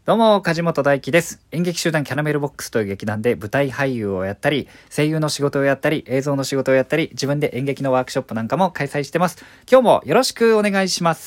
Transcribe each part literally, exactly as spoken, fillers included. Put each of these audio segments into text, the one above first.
どうも梶本大輝です。演劇集団キャラメルボックスという劇団で舞台俳優をやったり、声優の仕事をやったり、映像の仕事をやったり、自分で演劇のワークショップなんかも開催してます。今日もよろしくお願いします。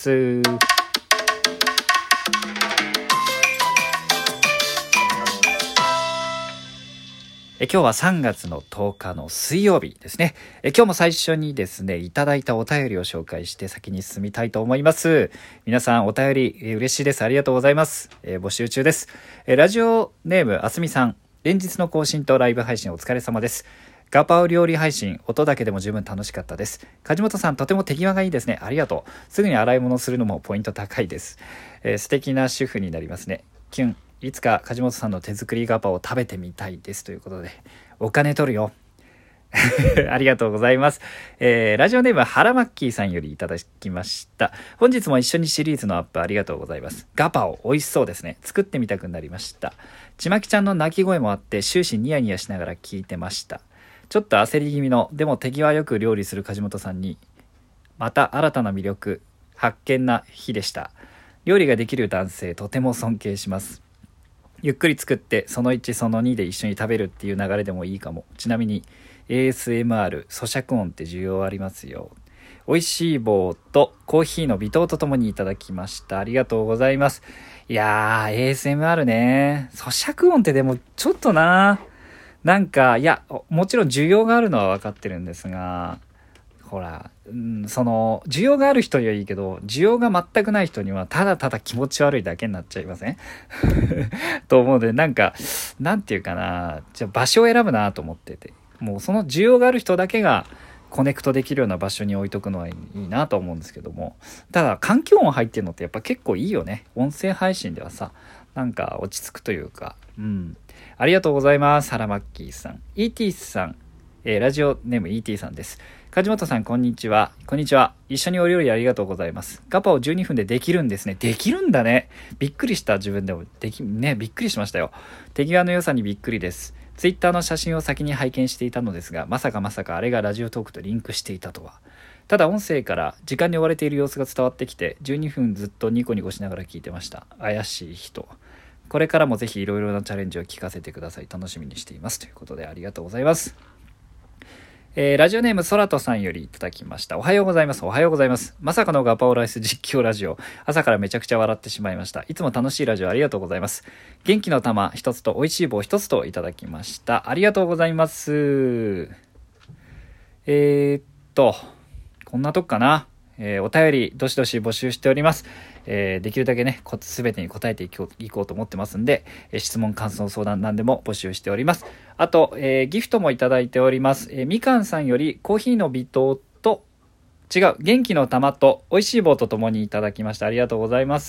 え今日はさんがつのとおかの水曜日ですね。え今日も最初にですね、いただいたお便りを紹介して先に進みたいと思います。皆さんお便り、え嬉しいです。ありがとうございます。え募集中です。えラジオネームあすみさん、連日の更新とライブ配信お疲れ様です。ガパオ料理配信、音だけでも十分楽しかったです。梶本さん、とても手際がいいですね。ありがとう。すぐに洗い物するのもポイント高いです。えー、素敵な主婦になりますね。キュン。いつか梶本さんの手作りガパを食べてみたいですということで、お金取るよ。ありがとうございます。えー、ラジオネームはらまっきーさんよりいただきました。本日も一緒にシリーズのアップありがとうございます。ガパオ美味しそうですね。作ってみたくなりました。ちまきちゃんの泣き声もあって終始ニヤニヤしながら聞いてました。ちょっと焦り気味のでも手際よく料理する梶本さんにまた新たな魅力発見な日でした。料理ができる男性とても尊敬します。ゆっくり作ってそのいちそのにで一緒に食べるっていう流れでもいいかも。ちなみに エーエスエムアール 咀嚼音って需要ありますよ。美味しい棒とコーヒーの微糖とともにいただきました。ありがとうございます。いやー エーエスエムアール ね、咀嚼音ってでもちょっとな、なんかいやもちろん需要があるのは分かってるんですが、ほら、うん、その需要がある人にはいいけど需要が全くない人にはただただ気持ち悪いだけになっちゃいませんと思うので、なんかなんていうかな、じゃあ場所を選ぶなと思ってて、もうその需要がある人だけがコネクトできるような場所に置いとくのはいいなと思うんですけども、ただ環境音入ってるのってやっぱ結構いいよね。音声配信ではさ、なんか落ち着くというか、うん、ありがとうございます。ハラマッキーさん、 イーティー さん、えー、ラジオネーム イーティー さんです。梶本さん、こんにちは。こんにちは。一緒にお料理ありがとうございます。ガパをじゅうにふんでできるんですね。できるんだね。びっくりした。自分でもできねびっくりしましたよ。手際の良さにびっくりです。ツイッターの写真を先に拝見していたのですが、まさかまさかあれがラジオトークとリンクしていたとは。ただ音声から時間に追われている様子が伝わってきて、じゅうにふんずっとニコニコしながら聞いてました。怪しい人。これからもぜひいろいろなチャレンジを聞かせてください。楽しみにしています。ということでありがとうございます。えー、ラジオネームソラトさんよりいただきました。おはようございます。おはようございます。まさかのガパオライス実況ラジオ。朝からめちゃくちゃ笑ってしまいました。いつも楽しいラジオありがとうございます。元気の玉一つと美味しい棒一つといただきました。ありがとうございます。えー、っと、こんなとこかな。えー、お便りどしどし募集しております。えー、できるだけねすべてに答えていこう、いこうと思ってますんで、えー、質問感想相談何でも募集しております。あと、えー、ギフトもいただいております。えー、みかんさんよりコーヒーの微糖と違う元気の玉と美味しい棒とともにいただきました。ありがとうございます。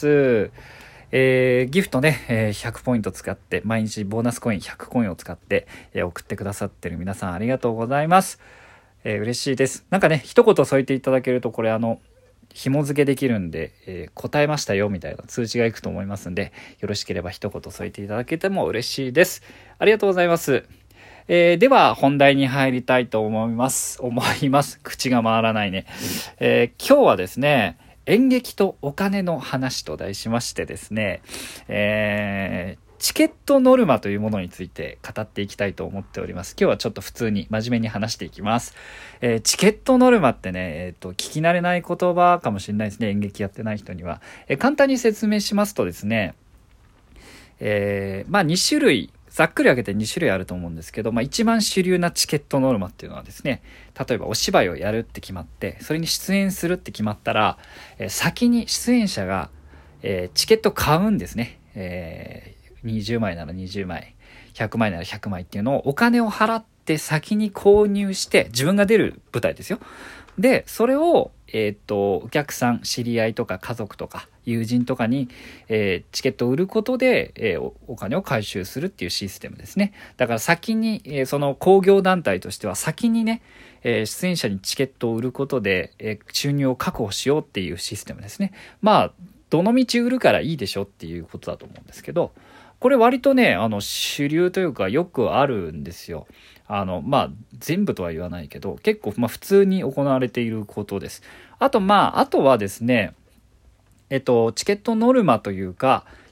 えー、ギフトね、えー、ひゃくポイント使って毎日ボーナスコインひゃくコインを使って、えー、送ってくださってる皆さんありがとうございます。えー、嬉しいです。なんかね一言添えていただけるとこれあの紐付けできるんで、えー、答えましたよみたいな通知がいくと思いますんで、よろしければ一言添えていただけても嬉しいです。ありがとうございます。えー、では本題に入りたいと思います思います口が回らないね、えー、今日はですね演劇とお金の話と題しましてですね、えーチケットノルマというものについて語っていきたいと思っております。今日はちょっと普通に真面目に話していきます。えー、チケットノルマってね、えーと、聞き慣れない言葉かもしれないですね。演劇やってない人には。えー、簡単に説明しますとですね、えー、まあに種類、ざっくり分けてに種類あると思うんですけど、まあ一番主流なチケットノルマっていうのはですね、例えばお芝居をやるって決まって、それに出演するって決まったら、えー、先に出演者が、えー、チケット買うんですね。えーにじゅうまいならにじゅうまい、ひゃくまいならひゃくまいっていうのをお金を払って先に購入して自分が出る舞台ですよ。でそれを、えー、とお客さん、知り合いとか家族とか友人とかに、えー、チケットを売ることで、えー、お, お金を回収するっていうシステムですね。だから先に、えー、その興行団体としては先にね、えー、出演者にチケットを売ることで、えー、収入を確保しようっていうシステムですね。まあどの道売るからいいでしょっていうことだと思うんですけど、これ割とねあの主流というかよくあるんですよ。あのまあ全部とは言わないけど結構まあ普通に行われていることです。あとまああとはですねえっとチケットノルマというか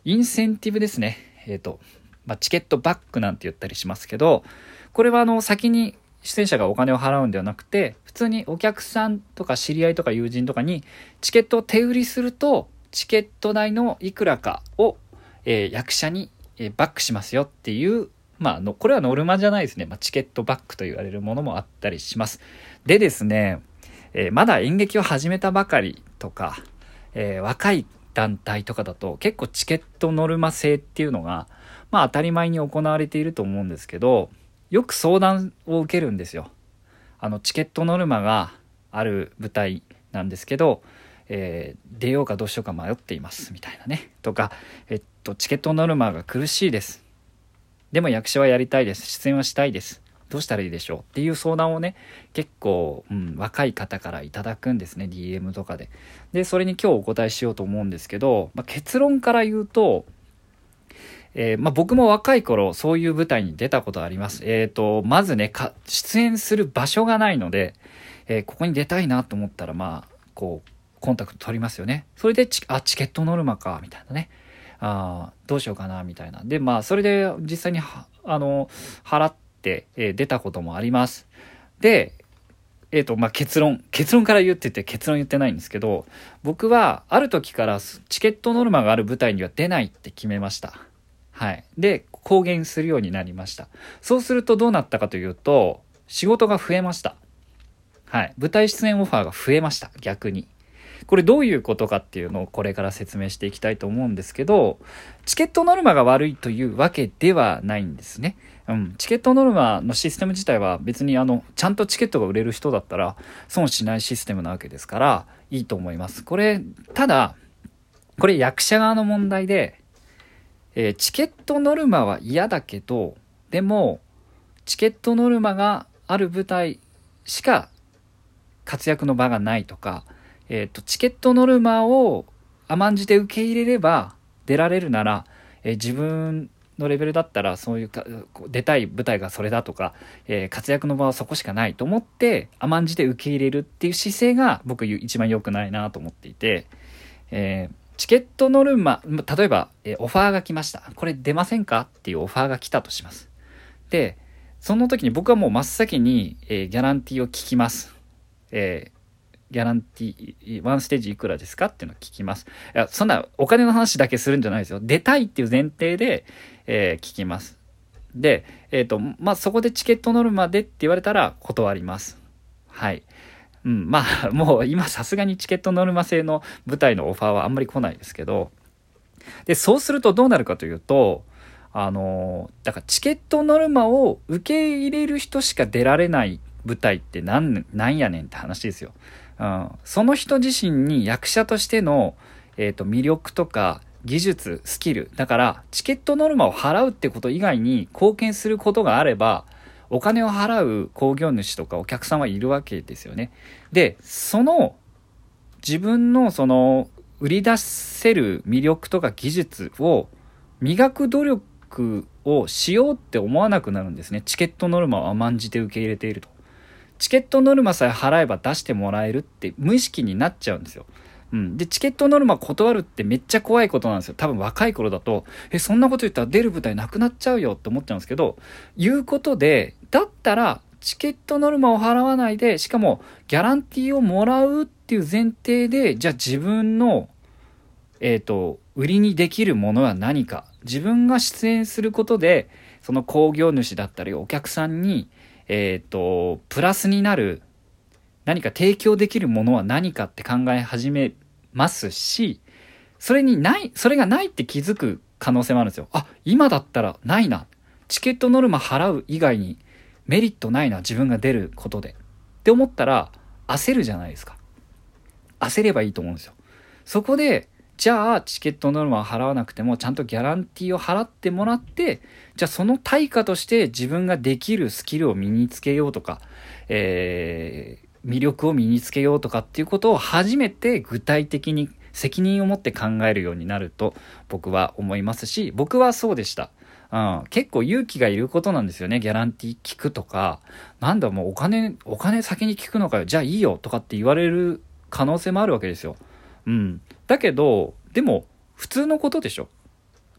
インセンティブですね。えっと、まあ、チケットバックなんて言ったりしますけど、これはあの先に出演者がお金を払うんではなくて、普通にお客さんとか知り合いとか友人とかにチケットを手売りすると、チケット代のいくらかを、えー、役者に、えー、バックしますよっていう、まあの、これはノルマじゃないですね。まあ、チケットバックと言われるものもあったりします。でですね、えー、まだ演劇を始めたばかりとか、えー、若い団体とかだと結構チケットノルマ制っていうのが、まあ当たり前に行われていると思うんですけど、よく相談を受けるんですよ。あのチケットノルマがある舞台なんですけど、えー、出ようかどうしようか迷っていますみたいなね。とか、えっと、チケットノルマが苦しいです。でも役者はやりたいです。出演はしたいです。どうしたらいいでしょうっていう相談をね、結構、うん、若い方からいただくんですね。ディーエム とかで。で、それに今日お答えしようと思うんですけど、まあ、結論から言うと、えーまあ、僕も若い頃そういう舞台に出たことあります。えーと、まずね、か出演する場所がないので、えー、ここに出たいなと思ったら、まあ、こう、コンタクト取りますよね。それでチ、あ、チケットノルマか、みたいなね。あどうしようかな、みたいな。で、まあ、それで実際には、あの、払って、えー、出たこともあります。で、えーと、まあ、結論。結論から言ってて結論言ってないんですけど、僕はある時からチケットノルマがある舞台には出ないって決めました。はい。で、公言するようになりました。そうするとどうなったかというと、仕事が増えました。はい。舞台出演オファーが増えました。逆に。これどういうことかっていうのをこれから説明していきたいと思うんですけど、チケットノルマが悪いというわけではないんですね。うん。チケットノルマのシステム自体は別にあの、ちゃんとチケットが売れる人だったら損しないシステムなわけですから、いいと思います。これ、ただ、これ役者側の問題で、えー、チケットノルマは嫌だけど、でもチケットノルマがある舞台しか活躍の場がないとか、えーと、チケットノルマを甘んじて受け入れれば出られるなら、えー、自分のレベルだったらそういうか出たい舞台がそれだとか、えー、活躍の場はそこしかないと思って甘んじて受け入れるっていう姿勢が僕一番良くないなと思っていて、えーチケットノルマ、例えば、えオファーが来ました。これ出ませんかっていうオファーが来たとします。で、その時に僕はもう真っ先に、えー、ギャランティーを聞きます。えー、ギャランティー、ワンステージいくらですかっていうのを聞きます。いや、そんなお金の話だけするんじゃないですよ。出たいっていう前提で、えー、聞きます。で、えっと、まあ、そこでチケットノルマでって言われたら断ります。はい。うん、まあもう今さすがにチケットノルマ制の舞台のオファーはあんまり来ないですけど、でそうするとどうなるかというと、あのだからチケットノルマを受け入れる人しか出られない舞台ってなんなんやねんって話ですよ。うん、その人自身に役者としての、えーと、魅力とか技術スキルだからチケットノルマを払うってこと以外に貢献することがあればお金を払う興行主とかお客さんはいるわけですよね。で、その自分のその売り出せる魅力とか技術を磨く努力をしようって思わなくなるんですね。チケットノルマを甘んじて受け入れていると。チケットノルマさえ払えば出してもらえるって無意識になっちゃうんですよ。うん、でチケットノルマ断るってめっちゃ怖いことなんですよ。多分若い頃だとえそんなこと言ったら出る舞台なくなっちゃうよって思っちゃうんですけど、言うことでだったらチケットノルマを払わないでしかもギャランティーをもらうっていう前提でじゃあ自分のえっと売りにできるものは何か、自分が出演することでその興行主だったりお客さんにえっとプラスになる何か提供できるものは何かって考え始めますし、それにないそれがないって気づく可能性もあるんですよ。あ、今だったらないな、チケットノルマ払う以外にメリットないな、自分が出ることでって思ったら焦るじゃないですか。焦ればいいと思うんですよ。そこでじゃあチケットノルマを払わなくてもちゃんとギャランティーを払ってもらって、じゃあその対価として自分ができるスキルを身につけようとか、えー魅力を身につけようとかっていうことを初めて具体的に責任を持って考えるようになると僕は思いますし、僕はそうでした。うん、結構勇気がいることなんですよね。ギャランティー聞くとか、なんだもうお金お金先に聞くのかよ、じゃあいいよとかって言われる可能性もあるわけですよ。うん、だけどでも普通のことでしょ。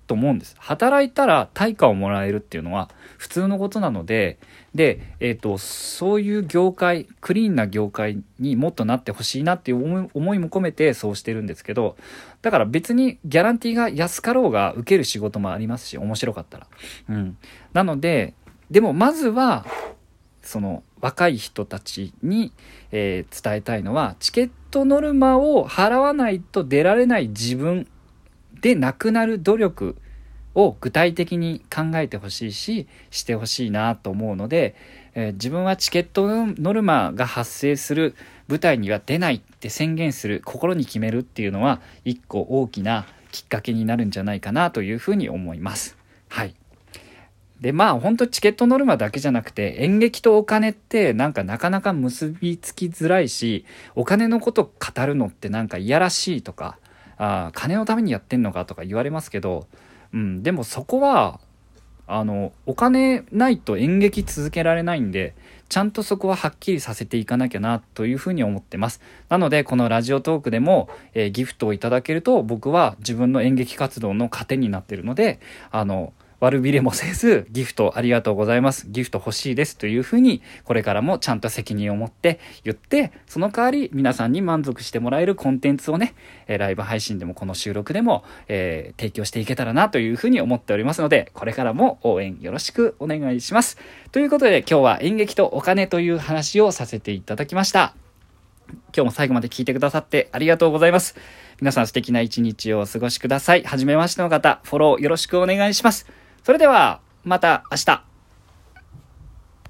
と思うんです。働いたら対価をもらえるっていうのは普通のことなので、で、えっと、そういう業界、クリーンな業界にもっとなってほしいなっていう思い、思いも込めてそうしてるんですけど、だから別にギャランティーが安かろうが受ける仕事もありますし、面白かったら。うん。なので、でもまずは、その若い人たちに、えー伝えたいのは、チケットノルマを払わないと出られない自分でなくなる努力を具体的に考えてほしいし、してほしいなと思うので、えー自分はチケットノルマが発生する舞台には出ないって宣言する、心に決めるっていうのは一個大きなきっかけになるんじゃないかなというふうに思います。はい。で、まあ本当チケットノルマだけじゃなくて、演劇とお金ってなんかなかなか結びつきづらいし、お金のこと語るのってなんかいやらしいとか、あー金のためにやってんのかとか言われますけど、うん、でもそこはあのお金ないと演劇続けられないんで、ちゃんとそこははっきりさせていかなきゃなというふうに思ってます。なのでこのラジオトークでも、えーギフトをいただけると、僕は自分の演劇活動の糧になっているので、あの悪びれもせず、ギフトありがとうございます、ギフト欲しいですというふうに、これからもちゃんと責任を持って言って、その代わり皆さんに満足してもらえるコンテンツをね、えーライブ配信でもこの収録でも、えー提供していけたらなというふうに思っておりますので、これからも応援よろしくお願いします。ということで、今日は演劇とお金という話をさせていただきました。今日も最後まで聞いてくださってありがとうございます。皆さん素敵な一日をお過ごしください。はじめましての方、フォローよろしくお願いします。それではまた明日。